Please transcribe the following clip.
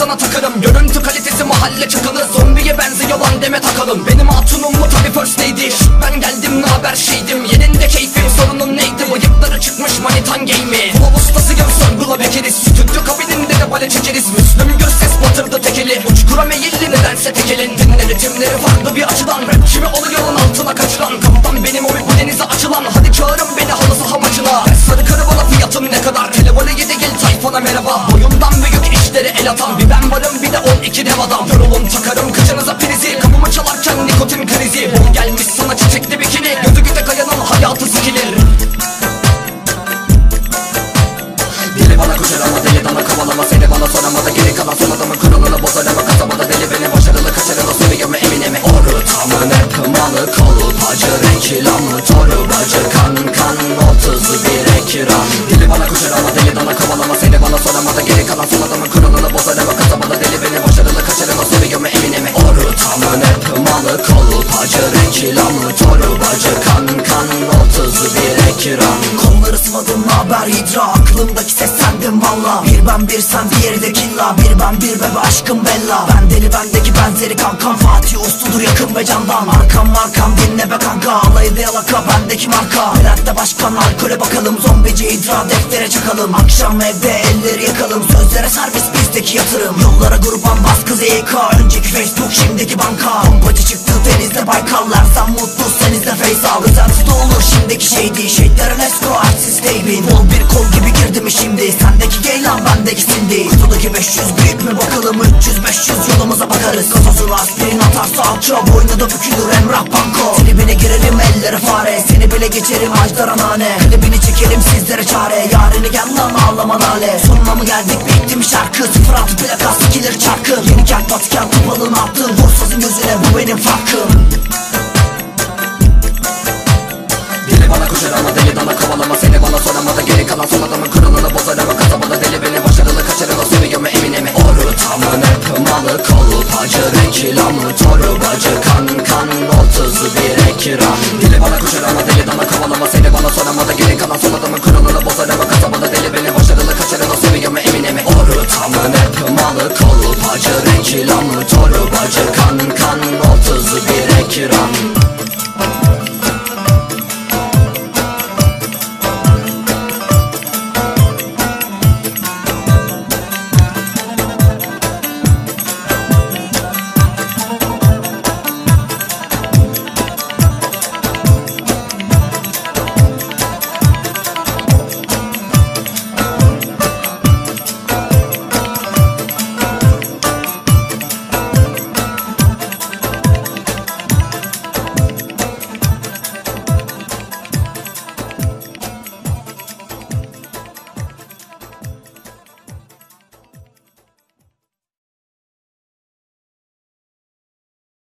sana takarım. Görüntü kalitesi mahalle çakalı, zombiye benziyor lan deme takalım. Benim hatunum mu tabi first lady. Şşt ben geldim naber şeydim. Yerinde keyfim, sorunun neydi? Bıyıkları çıkmış manitan game'i. Kulav ustasıyım, sorgula bekeriz. Stüdyo kabininde de bale çekeriz. Müslüm Gürses batırdı tekeli. Uçkura meyilli nedense tekelin. Dinle ritimleri farklı bir açıdan. Rapçi mi oluyorsun altına kaçıran? Kaptan benim o bu denize açılan. Hadi çağırın beni halı saha maçına. Sarı karı bana fiyatım ne kadar? Televole yedi gel tayfana merhaba. Boyumdan büyük işleri el atan. Bir ben varım bir de 12 dev adam. Yorulun takarım kıçınıza prizi. Kapımı çalarken nikotin krizi. Bu gelmiş sana çiçekli bikini. Gözü güte kayanın hayatı sikilir. Deli bana koşar ama deli dana kovalama. Seni bana soramada geri kalan son adamın kuralını bozar ama kasabada deli beni başarılı kaçarına sürüyor mu Eminem'i. Ortamın hep malı kolpacı, reklamı torbacı, kan 31 ekran. Deli bana koşar ama deli dana kovalama. Seni bana soramada geri kalan son adamın kuralını bozar ama kasabada deli beni başarılı kaçarına sürüyor mu Eminem'i. Ortamın hep malı kolpacı, reklamı torbacı, kan 31 ekran. Kolları sıvadım naber hidra, aklımdaki ses sendin valla. Bir ben bir sen diğeri de killa. Bir ben bir bebe aşkım bella. Ben deli bendeki benzeri kankam. Fatih ustudur yakın ve candan. Arkam dinle be kanka. Alayı da yalaka bendeki marka. Bülent'te başkan alkole bakalım. Zombici hidra deftere çakalım. Akşam evde elleri yakalım. Sözlere servis bizdeki yatırım. Yollara gruban bas kız EK. Önceki Facebook şimdiki banka. Pompacı çıktı denizde Baykallar. Sen mutlu senizde Faysal. Özentisi de olur şimdiki şeydi. Şeytlere Nesko artist David. Bol bir kol gibi girdi mi şimdi? Sendeki geylan bendeki sindi. Kutudaki 500 büyük mü bakalım? 300-500 yolumuza bakarız. Gazozunu aspirin atarsa alça. Boynu da bükülür Emrah Banko. Tribine girelim ellere fare. Seni bile geçerim Ajdar Anane. Klibini çekelim sizlere çare. Yarını gel lan ağlama nale. Sonuna mı geldik bitti mi şarkı? 06 plaka sikilir çarkı. Yeni kent batıken topalın attı. Vursazın gözüne bu benim farkım. Deli bana koşar ama deli dana kovalama. Seni bana soramada geri kalan son adamın kuralını bozar ama kasabada deli beni başarılı kaçarına sürüyor mu Eminem'i. Ortamın hep malı kolpacı, reklamı torbacı, kan 31 ekran. Deli bana koşar ama deli dana kovalama. Seni bana soramada geri kalan son adamın kuralını bozar ama kasabada deli beni başarılı kaçarına sürüyor mu Eminem'i. Ortamın hep malı kolpacı, reklamı torbacı,